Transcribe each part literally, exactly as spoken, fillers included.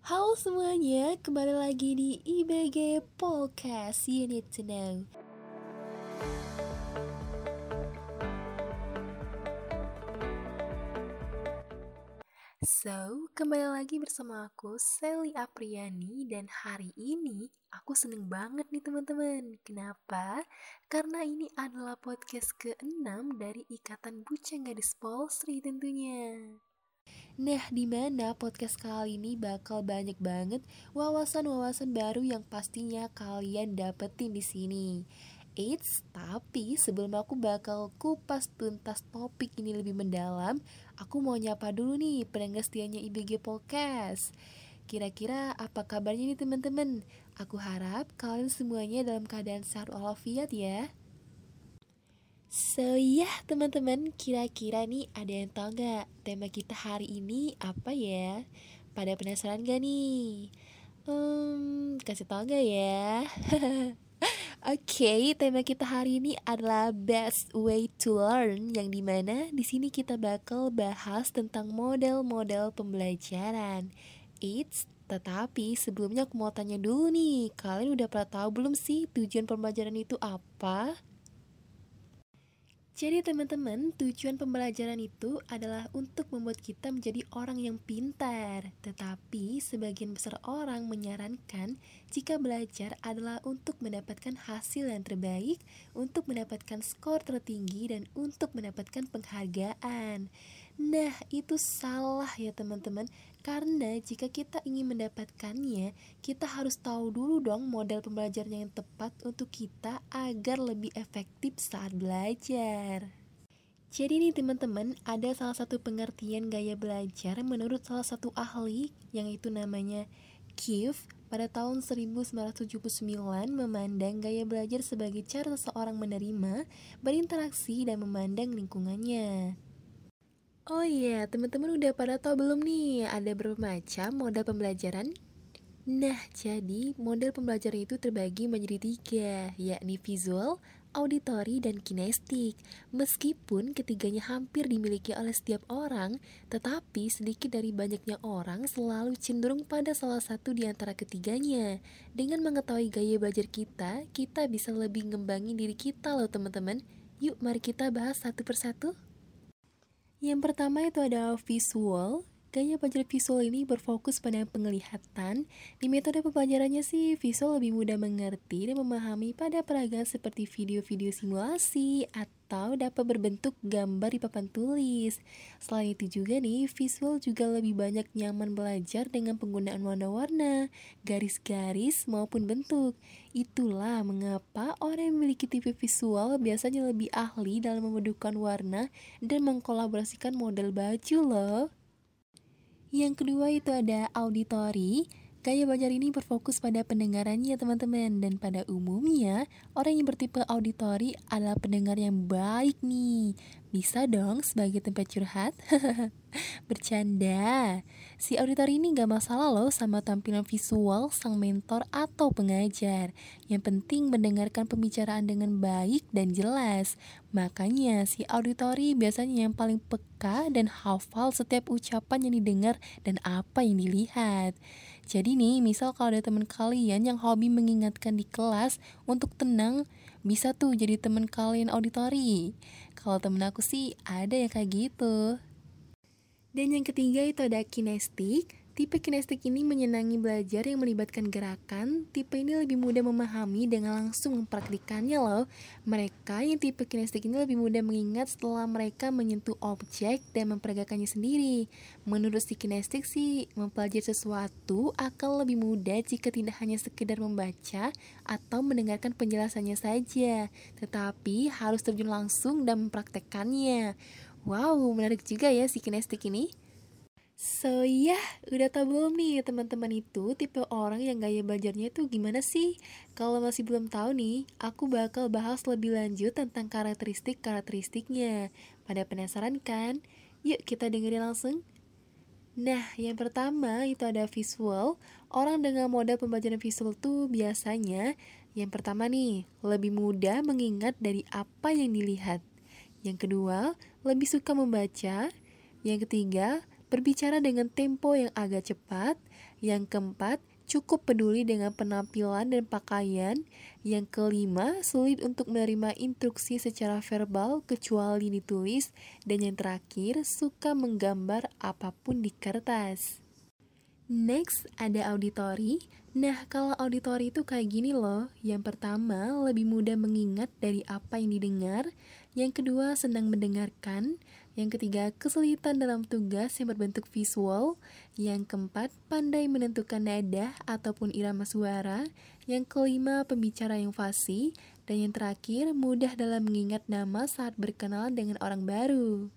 Halo semuanya, kembali lagi di I B G Podcast You Need to Know. So, kembali lagi bersama aku, Sally Apriani. Dan hari ini aku seneng banget nih teman-teman. Kenapa? Karena ini adalah podcast keenam dari Ikatan Buceng Gadis Polstri tentunya. Nah, di mana podcast kali ini bakal banyak banget wawasan-wawasan baru yang pastinya kalian dapetin di sini. Eits, tapi sebelum aku bakal kupas tuntas topik ini lebih mendalam, aku mau nyapa dulu nih pendengar setianya I B G Podcast. Kira-kira apa kabarnya nih teman-teman? Aku harap kalian semuanya dalam keadaan sehat walafiat ya. So ya teman-teman, kira-kira nih ada yang tahu gak tema kita hari ini apa ya? Pada penasaran gak nih? Hmm, kasih tau gak ya? Oke, okay, tema kita hari ini adalah best way to learn, yang dimana di sini kita bakal bahas tentang model-model pembelajaran. Eits, tetapi sebelumnya aku mau tanya dulu nih, kalian udah pernah tahu belum sih tujuan pembelajaran itu apa? Jadi teman-teman, tujuan pembelajaran itu adalah untuk membuat kita menjadi orang yang pintar. Tetapi sebagian besar orang menyarankan jika belajar adalah untuk mendapatkan hasil yang terbaik, untuk mendapatkan skor tertinggi, dan untuk mendapatkan penghargaan. Nah, itu salah ya teman-teman. Karena jika kita ingin mendapatkannya, kita harus tahu dulu dong model pembelajaran yang tepat untuk kita agar lebih efektif saat belajar. Jadi nih teman-teman, ada salah satu pengertian gaya belajar menurut salah satu ahli, yang itu namanya Keefe, pada tahun seribu sembilan ratus tujuh puluh sembilan memandang gaya belajar sebagai cara seseorang menerima, berinteraksi, dan memandang lingkungannya. Oh iya, teman-teman udah pada tahu belum nih ada berapa macam model pembelajaran? Nah, jadi model pembelajaran itu terbagi menjadi tiga, yakni visual, auditory, dan kinestik. Meskipun ketiganya hampir dimiliki oleh setiap orang, tetapi sedikit dari banyaknya orang selalu cenderung pada salah satu di antara ketiganya. Dengan mengetahui gaya belajar kita, kita bisa lebih ngembangin diri kita loh teman-teman. Yuk mari kita bahas satu persatu. Yang pertama itu ada visual. Gaya belajar visual ini berfokus pada penglihatan. Di metode pembelajarannya sih, visual lebih mudah mengerti dan memahami pada peragaan seperti video-video simulasi atau dapat berbentuk gambar di papan tulis. Selain itu juga nih, visual juga lebih banyak nyaman belajar dengan penggunaan warna-warna, garis-garis maupun bentuk. Itulah mengapa orang yang memiliki tipe visual biasanya lebih ahli dalam memadukan warna dan mengkolaborasikan model baju loh. Yang kedua itu ada auditory. Gaya belajar ini berfokus pada pendengarannya teman-teman. Dan pada umumnya, orang yang bertipe auditory adalah pendengar yang baik nih. Bisa dong sebagai tempat curhat? Bercanda. Si auditory ini gak masalah loh sama tampilan visual sang mentor atau pengajar. Yang penting mendengarkan pembicaraan dengan baik dan jelas. Makanya si auditory biasanya yang paling peka dan hafal setiap ucapan yang didengar dan apa yang dilihat. Jadi nih, misal kalau ada teman kalian yang hobi mengingatkan di kelas untuk tenang, bisa tuh jadi teman kalian auditori. Kalau temen aku sih ada yang kayak gitu. Dan yang ketiga itu ada kinestik. Tipe kinestik ini menyenangi belajar yang melibatkan gerakan. Tipe ini lebih mudah memahami dengan langsung mempraktikannya loh. Mereka yang tipe kinestik ini lebih mudah mengingat setelah mereka menyentuh objek dan memperagakannya sendiri. Menurut si kinestik sih, mempelajari sesuatu akan lebih mudah jika tidak hanya sekedar membaca atau mendengarkan penjelasannya saja, tetapi harus terjun langsung dan mempraktekkannya. Wow, menarik juga ya si kinestik ini. So ya, yeah, udah tau belum nih teman-teman itu tipe orang yang gaya belajarnya itu gimana sih? Kalau masih belum tahu nih, aku bakal bahas lebih lanjut tentang karakteristik-karakteristiknya. Pada penasaran kan? Yuk kita dengerin langsung. Nah, yang pertama itu ada visual. Orang dengan model pembelajaran visual tuh biasanya yang pertama nih, lebih mudah mengingat dari apa yang dilihat. Yang kedua, lebih suka membaca. Yang ketiga, berbicara dengan tempo yang agak cepat. Yang keempat, cukup peduli dengan penampilan dan pakaian. Yang kelima, sulit untuk menerima instruksi secara verbal kecuali ditulis. Dan yang terakhir, suka menggambar apapun di kertas. Next, ada auditory. Nah, kalau auditory itu kayak gini loh. Yang pertama, lebih mudah mengingat dari apa yang didengar. Yang kedua, senang mendengarkan. Yang ketiga, kesulitan dalam tugas yang berbentuk visual. Yang keempat, pandai menentukan nada ataupun irama suara. Yang kelima, pembicara yang fasih. Dan yang terakhir, mudah dalam mengingat nama saat berkenalan dengan orang baru.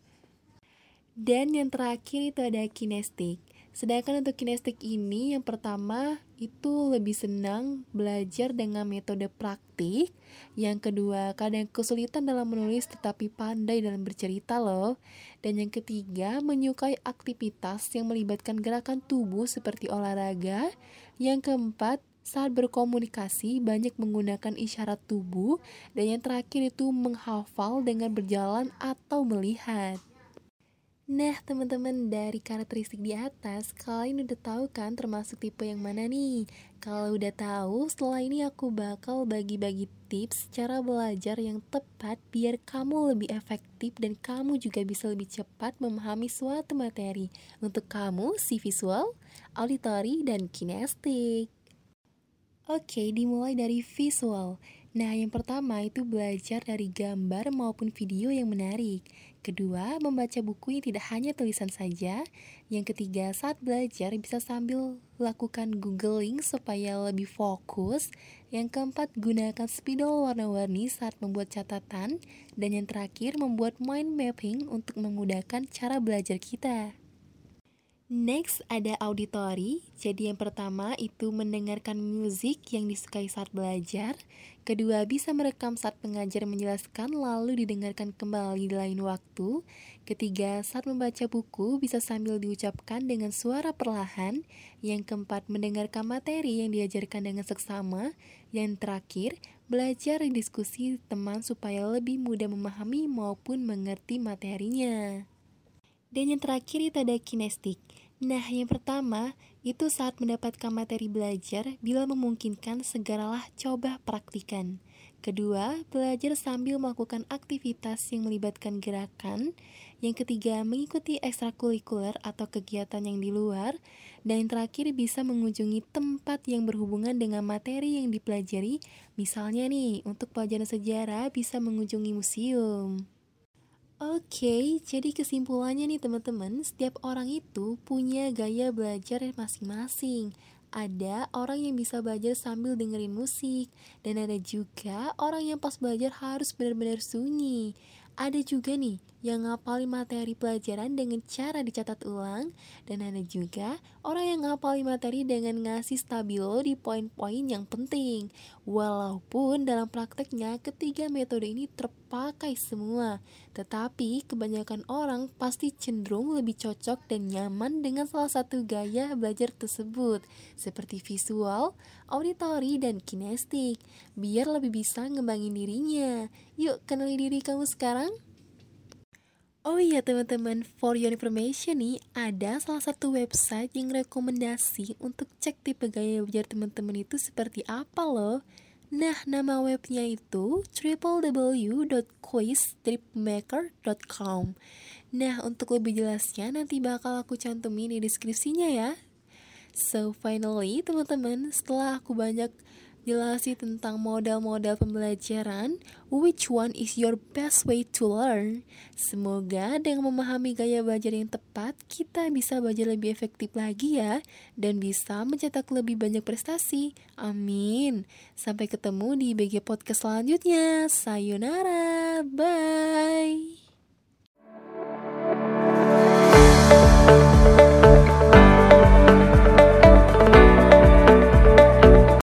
Dan yang terakhir itu ada kinestik. Sedangkan untuk kinestik ini yang pertama itu lebih senang belajar dengan metode praktik. Yang kedua kadang kesulitan dalam menulis tetapi pandai dalam bercerita loh. Dan yang ketiga menyukai aktivitas yang melibatkan gerakan tubuh seperti olahraga. Yang keempat saat berkomunikasi banyak menggunakan isyarat tubuh. Dan yang terakhir itu menghafal dengan berjalan atau melihat. Nah teman-teman, dari karakteristik di atas kalian udah tahu kan termasuk tipe yang mana nih? Kalau udah tahu, setelah ini aku bakal bagi-bagi tips cara belajar yang tepat biar kamu lebih efektif dan kamu juga bisa lebih cepat memahami suatu materi. Untuk kamu si visual, auditory, dan kinestik. Oke, dimulai dari visual. Nah, yang pertama itu belajar dari gambar maupun video yang menarik. Kedua, membaca buku yang tidak hanya tulisan saja. Yang ketiga, saat belajar bisa sambil lakukan googling supaya lebih fokus. Yang keempat, gunakan spidol warna-warni saat membuat catatan. Dan yang terakhir, membuat mind mapping untuk memudahkan cara belajar kita. Next ada auditory. Jadi yang pertama itu mendengarkan musik yang disukai saat belajar. Kedua, bisa merekam saat pengajar menjelaskan lalu didengarkan kembali di lain waktu. Ketiga, saat membaca buku bisa sambil diucapkan dengan suara perlahan. Yang keempat, mendengarkan materi yang diajarkan dengan seksama. Yang terakhir, belajar diskusi teman supaya lebih mudah memahami maupun mengerti materinya. Dan yang terakhir itu ada kinestik. Nah, yang pertama, itu saat mendapatkan materi belajar, bila memungkinkan segeralah coba praktikan. Kedua, belajar sambil melakukan aktivitas yang melibatkan gerakan. Yang ketiga, mengikuti ekstrakurikuler atau kegiatan yang di luar. Dan yang terakhir, bisa mengunjungi tempat yang berhubungan dengan materi yang dipelajari. Misalnya nih, untuk pelajaran sejarah bisa mengunjungi museum. Oke, jadi kesimpulannya nih teman-teman, setiap orang itu punya gaya belajar masing-masing. Ada orang yang bisa belajar sambil dengerin musik, dan ada juga orang yang pas belajar harus benar-benar sunyi. Ada juga nih yang ngapalin materi pelajaran dengan cara dicatat ulang, dan ada juga orang yang ngapalin materi dengan ngasih stabilo di poin-poin yang penting. Walaupun dalam prakteknya ketiga metode ini terpakai semua, tetapi kebanyakan orang pasti cenderung lebih cocok dan nyaman dengan salah satu gaya belajar tersebut, seperti visual, auditory, dan kinestik, biar lebih bisa ngembangin dirinya. Yuk kenali diri kamu sekarang. Oh iya teman-teman, for your information nih, ada salah satu website yang rekomendasi untuk cek tipe gaya belajar teman-teman itu seperti apa loh. Nah, nama webnya itu w w w dot quiz trip maker dot com. Nah, untuk lebih jelasnya nanti bakal aku cantumin di deskripsinya ya. So, finally teman-teman, setelah aku banyak jelasin tentang modal-modal pembelajaran, which one is your best way to learn? Semoga dengan memahami gaya belajar yang tepat, kita bisa belajar lebih efektif lagi ya, dan bisa mencetak lebih banyak prestasi. Amin. Sampai ketemu di B G Podcast selanjutnya. Sayonara. Bye.